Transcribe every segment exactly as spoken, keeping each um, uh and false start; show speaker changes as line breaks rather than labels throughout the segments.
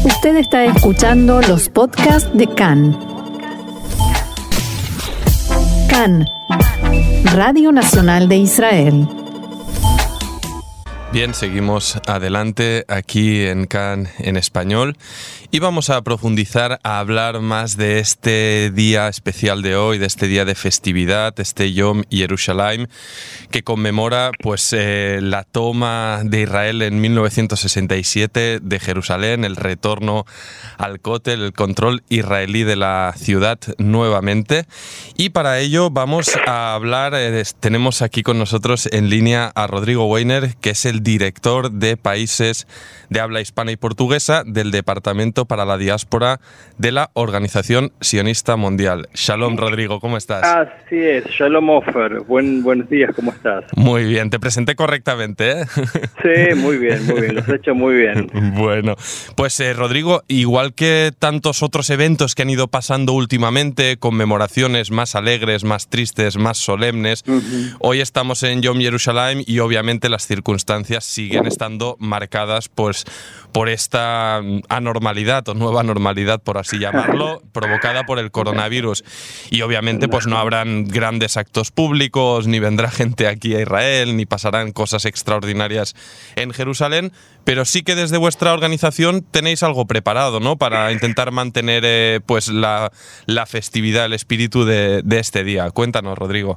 Usted está escuchando los podcasts de C A N. C A N, Radio Nacional de Israel.
Bien, seguimos adelante aquí en C A N en español y vamos a profundizar a hablar más de este día especial de hoy, de este día de festividad, este Yom Yerushalayim, que conmemora pues eh, la toma de Israel en mil novecientos sesenta y siete de Jerusalén, el retorno al Kotel, el control israelí de la ciudad nuevamente. Y para ello vamos a hablar, eh, tenemos aquí con nosotros en línea a Rodrigo Weiner, que es el director de países de habla hispana y portuguesa del Departamento para la Diáspora de la Organización Sionista Mundial. Shalom, Rodrigo, ¿cómo estás?
Así es, Shalom Ofer, Buen, buenos días, ¿cómo estás?
Muy bien, te presenté correctamente, ¿eh?
Sí, muy bien, muy bien, lo has hecho muy bien.
Bueno, pues eh, Rodrigo, igual que tantos otros eventos que han ido pasando últimamente, conmemoraciones más alegres, más tristes, más solemnes, uh-huh. Hoy estamos en Yom Yerushalayim y obviamente las circunstancias siguen estando marcadas pues, por esta anormalidad o nueva normalidad, por así llamarlo, provocada por el coronavirus. Y obviamente pues no habrán grandes actos públicos, ni vendrá gente aquí a Israel, ni pasarán cosas extraordinarias en Jerusalén, pero sí que desde vuestra organización tenéis algo preparado, ¿no?, para intentar mantener eh, pues la, la festividad, el espíritu de, de este día. Cuéntanos, Rodrigo.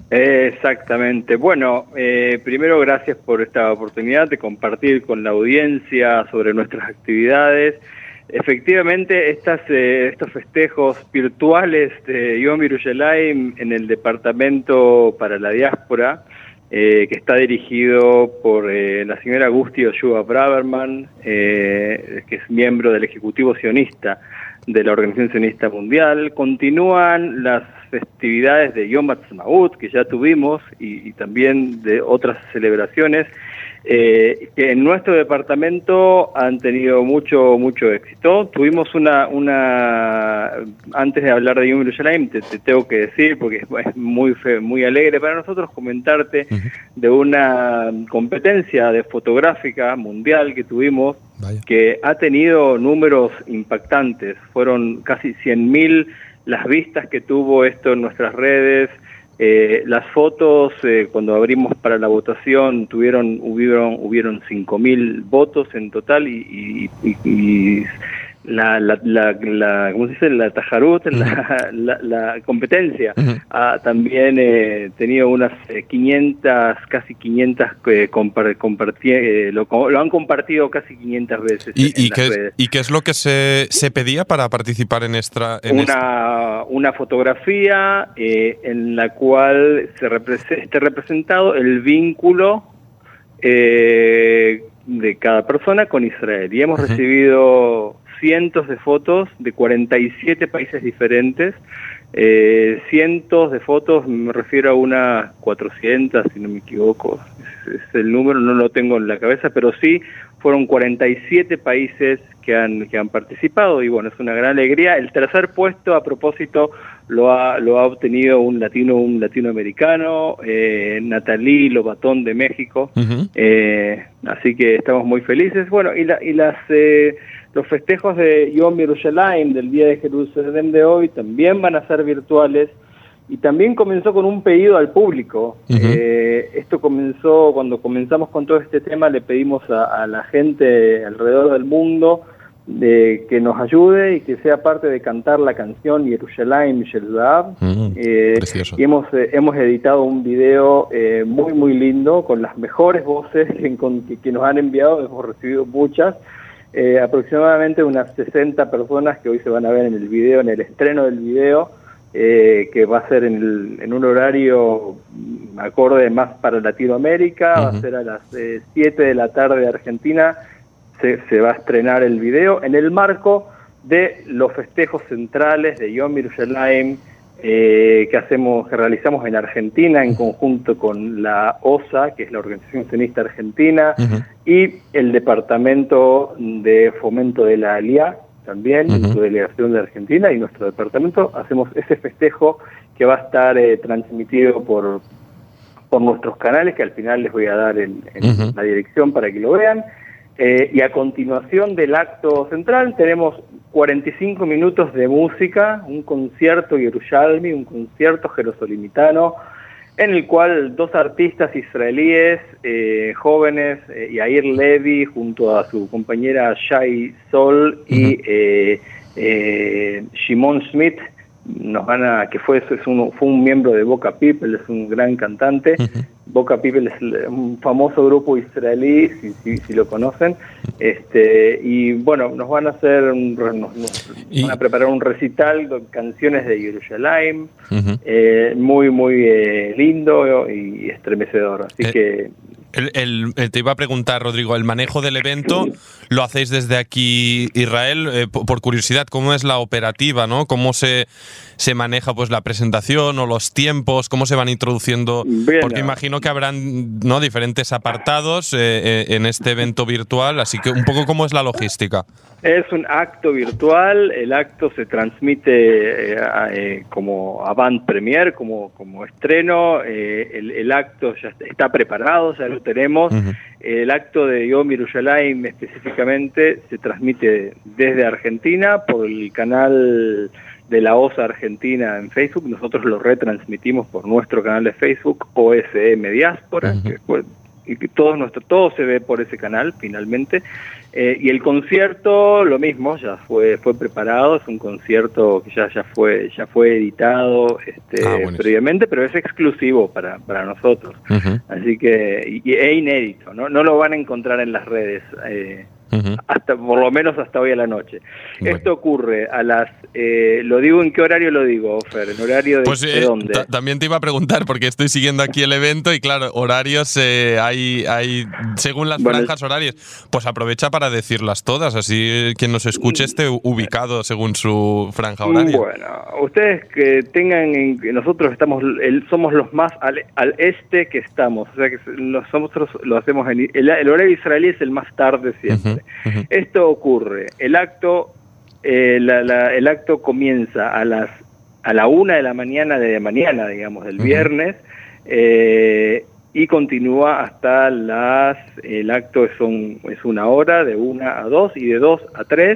Exactamente. Bueno, eh, primero gracias por esta oportunidad de compartir con la audiencia sobre nuestras actividades. Efectivamente, estas, eh, estos festejos virtuales de Yom Yerushalayim en el Departamento para la Diáspora, eh, que está dirigido por eh, la señora Gusti Yoshua Braverman, eh, que es miembro del Ejecutivo Sionista de la Organización Sionista Mundial. Continúan las festividades de Yom Ha'atzmaut, que ya tuvimos, y, y también de otras celebraciones, eh, que en nuestro departamento han tenido mucho mucho éxito. Tuvimos una, una antes de hablar de Yom Yerushalayim, te, te tengo que decir, porque es muy, fe, muy alegre para nosotros comentarte uh-huh. de una competencia de fotográfica mundial que tuvimos, Vaya. que ha tenido números impactantes. Fueron casi cien mil las vistas que tuvo esto en nuestras redes. Eh, las fotos, eh, cuando abrimos para la votación, tuvieron hubieron hubieron cinco mil votos en total y, y, y, y la, la, la, la, ¿cómo se dice? La tajarut, uh-huh. la, la, la competencia, uh-huh. ha también eh, tenido unas eh, quinientas, casi quinientas, eh, compar, compartí, eh, lo, lo han compartido casi quinientas veces.
¿Y,
en,
y,
en
qué,
las redes.
¿Y qué es lo que se, se pedía para participar en esta? En
una,
esta?
una fotografía eh, en la cual se repre- esté representado el vínculo eh, de cada persona con Israel. Y hemos uh-huh. recibido cientos de fotos de cuarenta y siete países diferentes, eh, cientos de fotos, me refiero a unas cuatrocientas, si no me equivoco, es, es el número, no lo tengo en la cabeza, pero sí fueron cuarenta y siete países que han que han participado y bueno, es una gran alegría. El tercer puesto, a propósito, lo ha lo ha obtenido un latino, un latinoamericano, eh, Natalie Lobatón de México, uh-huh. eh, así que estamos muy felices. Bueno, y, la, y las eh, los festejos de Yom Yerushalayim, del Día de Jerusalén de hoy, también van a ser virtuales y también comenzó con un pedido al público. Uh-huh. Eh, esto comenzó cuando comenzamos con todo este tema, le pedimos a, a la gente alrededor del mundo de que nos ayude y que sea parte de cantar la canción Yerushalayim Shel Zahav. Uh-huh. eh, y hemos eh, hemos editado un video eh, muy muy lindo con las mejores voces que, con, que, que nos han enviado. Hemos recibido muchas. Eh, aproximadamente unas sesenta personas que hoy se van a ver en el video, en el estreno del video, eh, que va a ser en, el, en un horario acorde más para Latinoamérica, uh-huh. va a ser a las eh, siete de la tarde de Argentina, se, se va a estrenar el video en el marco de los festejos centrales de Yom Yerushalayim, eh, que hacemos, que realizamos en Argentina en conjunto con la O S A, que es la Organización Sionista Argentina, uh-huh. y el Departamento de Fomento de la Aliyá, también, uh-huh. en su delegación de Argentina, y nuestro departamento, hacemos ese festejo que va a estar eh, transmitido por, por nuestros canales, que al final les voy a dar en, en uh-huh. la dirección para que lo vean. Eh, y a continuación del acto central tenemos cuarenta y cinco minutos de música, un concierto yerushalmi, un concierto jerosolimitano, en el cual dos artistas israelíes eh, jóvenes, eh, Yair Levi junto a su compañera Shai Sol y eh, eh, Shimon Schmidt, nos van a, que fue, es un, fue un miembro de Boca People, es un gran cantante. Uh-huh. Boca People es un famoso grupo israelí, si, si, si lo conocen. Este, y bueno, nos van a hacer, un, nos, nos y... van a preparar un recital con canciones de Yerushalayim, uh-huh. eh, muy, muy eh, lindo y estremecedor. Así eh... que...
El, el, el, te iba a preguntar, Rodrigo, ¿el manejo del evento lo hacéis desde aquí, Israel? Eh, por, por curiosidad, ¿cómo es la operativa, no? ¿Cómo se, se maneja pues la presentación o los tiempos? ¿Cómo se van introduciendo? Bien, porque imagino que habrán, ¿no?, diferentes apartados eh, eh, en este evento virtual, así que un poco ¿cómo es la logística?
Es un acto virtual, el acto se transmite eh, eh, como avant premier, como, como estreno, eh, el, el acto ya está preparado, ya lo tenemos. Uh-huh. El acto de Yom Yerushalayim específicamente se transmite desde Argentina por el canal de la O S A Argentina en Facebook. Nosotros lo retransmitimos por nuestro canal de Facebook, O S M Diáspora, uh-huh. que fue, y que todo, nuestro, todo se ve por ese canal finalmente. Eh, y el concierto, lo mismo, ya fue fue preparado, es un concierto que ya ya fue ya fue editado este, ah, previamente, pero es exclusivo para, para nosotros. Uh-huh. Así que, y, e inédito, ¿no? No lo van a encontrar en las redes, eh, uh-huh. hasta por lo menos hasta hoy a la noche. Bueno. Esto ocurre a las, eh, lo digo en qué horario lo digo, Fer, en horario de,
pues, eh,
¿de dónde?
T- también te iba a preguntar, porque estoy siguiendo aquí el evento y claro, horarios eh, hay, hay según las bueno, franjas horarias, pues aprovecha para decirlas todas, así quien nos escuche esté ubicado según su franja horaria.
Bueno, ustedes que tengan, en, nosotros estamos, el, somos los más al, al este que estamos, o sea que nosotros lo hacemos en, el, el horario israelí es el más tarde siempre. Uh-huh, uh-huh. Esto ocurre, el acto, eh, la, la, el acto comienza a las a la una de la mañana de mañana, digamos, del uh-huh. viernes, eh, y continúa hasta las, el acto son, es una hora, de una a dos, y de dos a tres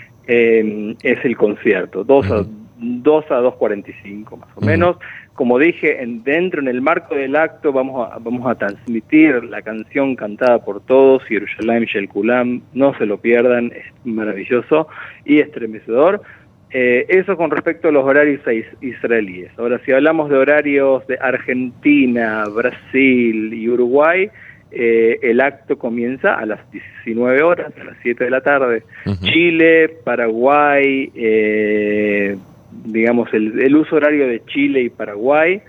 eh, es el concierto, dos uh-huh. a dos a dos cuarenta y cinco más o uh-huh. menos. Como dije, en, dentro, en el marco del acto, vamos a, vamos a transmitir la canción cantada por todos, Yerushalayim Shel Kulam, no se lo pierdan, es maravilloso y estremecedor. Eh, eso con respecto a los horarios israelíes. Ahora, si hablamos de horarios de Argentina, Brasil y Uruguay, eh, el acto comienza a las diecinueve horas, a las siete de la tarde. Uh-huh. Chile, Paraguay, eh, digamos, el, el uso horario de Chile y Paraguay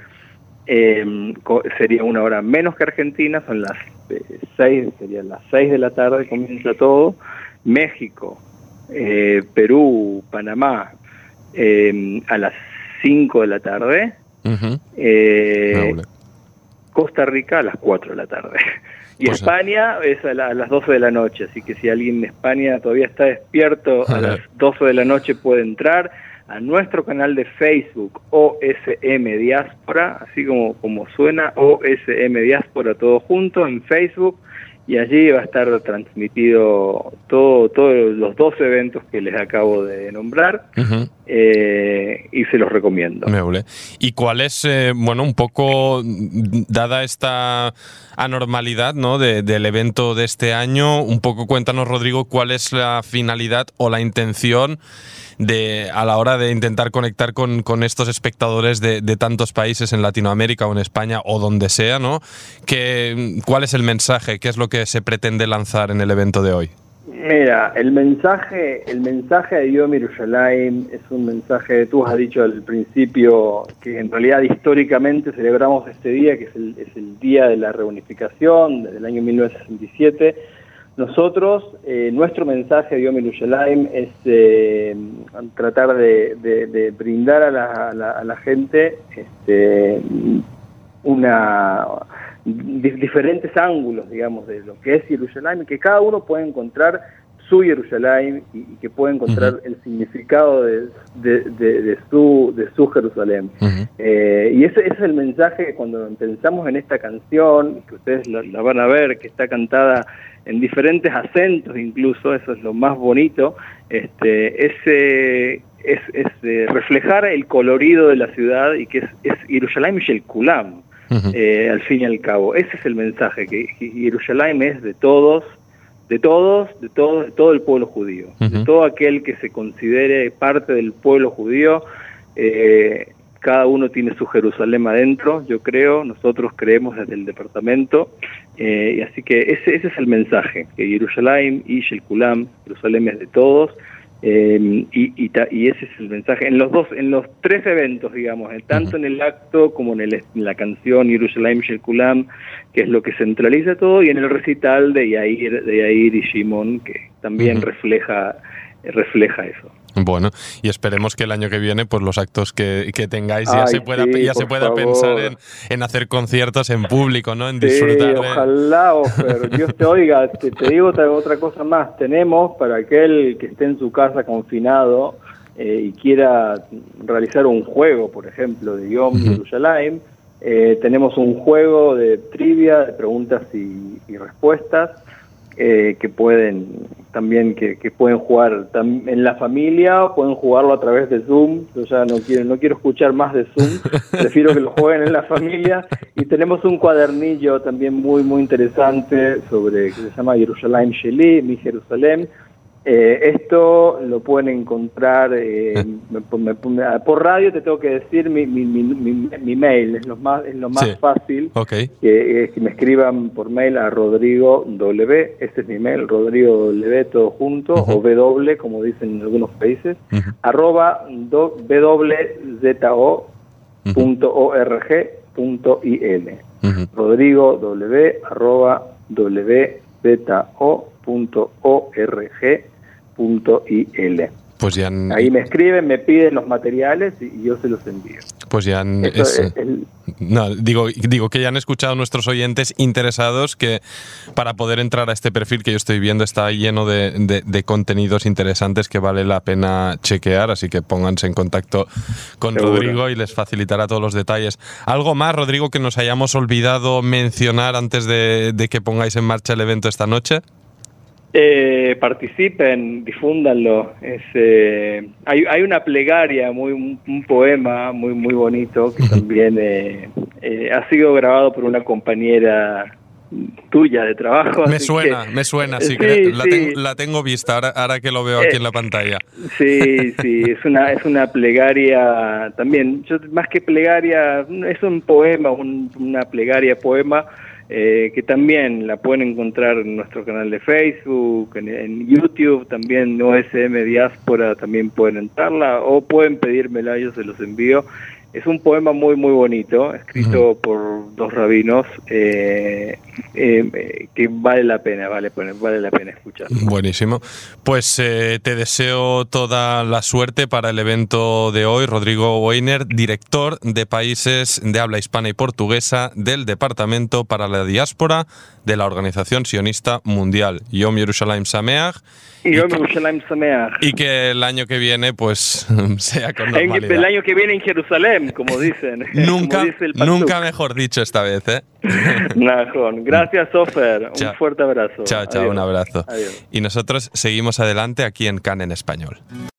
eh, sería una hora menos que Argentina, son las eh, seis, serían las seis de la tarde, comienza todo. México, Eh, Perú, Panamá, eh, a las cinco de la tarde, uh-huh. eh, no, Costa Rica a las cuatro de la tarde, y pues España es a, la, a las doce de la noche, así que si alguien en España todavía está despierto, a las doce de la noche puede entrar a nuestro canal de Facebook, O S M Diáspora, así como, como suena, O S M Diáspora, todo junto en Facebook. Y allí va a estar transmitido todo, todos los dos eventos que les acabo de nombrar, uh-huh. eh, y se los recomiendo.
¿Y cuál es, eh, bueno, un poco, dada esta anormalidad, ¿no?, de, del evento de este año, un poco cuéntanos, Rodrigo, cuál es la finalidad o la intención de a la hora de intentar conectar con, con estos espectadores de, de tantos países en Latinoamérica o en España o donde sea, ¿no? Que, ¿cuál es el mensaje? ¿Qué es lo que se pretende lanzar en el evento de hoy?
Mira, el mensaje, el mensaje de Yom Yerushalayim es un mensaje, tú has dicho al principio que en realidad históricamente celebramos este día, que es el, es el día de la reunificación desde el año mil novecientos sesenta y siete. Nosotros, eh, nuestro mensaje de Yom Yerushalayim es eh, tratar de, de, de brindar a la, a la, a la gente este, una di, diferentes ángulos, digamos, de lo que es Yerushalayim, que cada uno puede encontrar su Jerusalén y, y que pueda encontrar uh-huh. el significado de, de, de, de, su, de su Jerusalén. Uh-huh. Eh, y ese, ese es el mensaje que cuando pensamos en esta canción, que ustedes la, la van a ver, que está cantada en diferentes acentos incluso, eso es lo más bonito, este, ese, es, es eh, reflejar el colorido de la ciudad y que es, es Jerusalén Shel Kulam, uh-huh. eh, al fin y al cabo. Ese es el mensaje, que, que Jerusalén es de todos, de todos, de todo, de todo el pueblo judío, uh-huh. de todo aquel que se considere parte del pueblo judío. eh, Cada uno tiene su Jerusalén adentro, yo creo, nosotros creemos desde el departamento, eh, y así que ese, ese es el mensaje, que Jerusalén y Shel Kulam, Jerusalén es de todos, eh, y, y, y ese es el mensaje en los dos, en los tres eventos, digamos, tanto en el acto como en, el, en la canción Jerusalén Shel Kulam, que es lo que centraliza todo, y en el recital de Yair, de Yair y Shimon, que también uh-huh. refleja, refleja eso.
Bueno, y esperemos que el año que viene pues los actos que, que tengáis ya
Ay,
se pueda,
sí,
ya se pueda
favor.
pensar en, en hacer conciertos en público, ¿no? En
sí,
disfrutar de...
ojalá, Ofer, Dios te oiga. Te, te digo otra, otra cosa más. Tenemos, para aquel que esté en su casa confinado eh, y quiera realizar un juego, por ejemplo, de Yom uh-huh. Jerusalén, eh, tenemos un juego de trivia, de preguntas y, y respuestas, Eh, que pueden también que, que pueden jugar tam, en la familia, o pueden jugarlo a través de Zoom. Yo ya no quiero no quiero escuchar más de Zoom, prefiero que lo jueguen en la familia. Y tenemos un cuadernillo también muy muy interesante sobre, que se llama Jerusalén Sheli, mi Jerusalén. Eh, esto lo pueden encontrar eh, me, me, me, por radio. Te tengo que decir mi, mi, mi, mi, mi mail, es lo más, es lo más sí. fácil,
okay.
que, que me escriban por mail a Rodrigo W, este es mi mail, Rodrigo W todo junto, uh-huh. o W como dicen en algunos países, uh-huh. arroba do, wzo punto org punto il, uh-huh. Rodrigo W arroba wzo punto org punto il.
Pues ya han...
Ahí me escriben, me piden los materiales y yo se los envío.
Pues ya han... es... es el... No, digo, digo que ya han escuchado nuestros oyentes interesados que para poder entrar a este perfil que yo estoy viendo está lleno de, de, de contenidos interesantes que vale la pena chequear, así que pónganse en contacto con Seguro. Rodrigo y les facilitará todos los detalles. ¿Algo más, Rodrigo, que nos hayamos olvidado mencionar antes de, de que pongáis en marcha el evento esta noche?
Eh, participen, difúndanlo. Es, eh, hay, hay una plegaria, muy un, un poema muy muy bonito que también eh, eh, ha sido grabado por una compañera tuya de trabajo.
Me suena, que, me suena, sí,
sí,
que la,
sí.
Tengo, la tengo vista ahora, ahora que lo veo aquí eh, en la pantalla.
Sí, sí, es una es una plegaria también. Yo, más que plegaria, es un poema, un, una plegaria poema. Eh, que también la pueden encontrar en nuestro canal de Facebook, en, en YouTube, también O S M Diáspora, también pueden entrarla, o pueden pedírmela, yo se los envío. Es un poema muy muy bonito, escrito uh-huh. por dos rabinos, eh, eh, que vale la pena, vale, vale la pena escuchar.
Buenísimo. Pues eh, te deseo toda la suerte para el evento de hoy. Rodrigo Weiner, director de países de habla hispana y portuguesa del Departamento para la Diáspora de la Organización Sionista Mundial. Yom Yerushalayim Sameach.
Y Yom Yerushalayim Sameach.
Y que el año que viene, pues, sea con normalidad.
El año que viene en Jerusalén, como dicen.
Nunca,
como dice el
nunca mejor dicho esta vez, ¿eh?
Najón. Gracias, Ofer. Un chao. Fuerte abrazo.
Chao, chao, Adiós. Un abrazo.
Adiós.
Y nosotros seguimos adelante aquí en CAN en Español.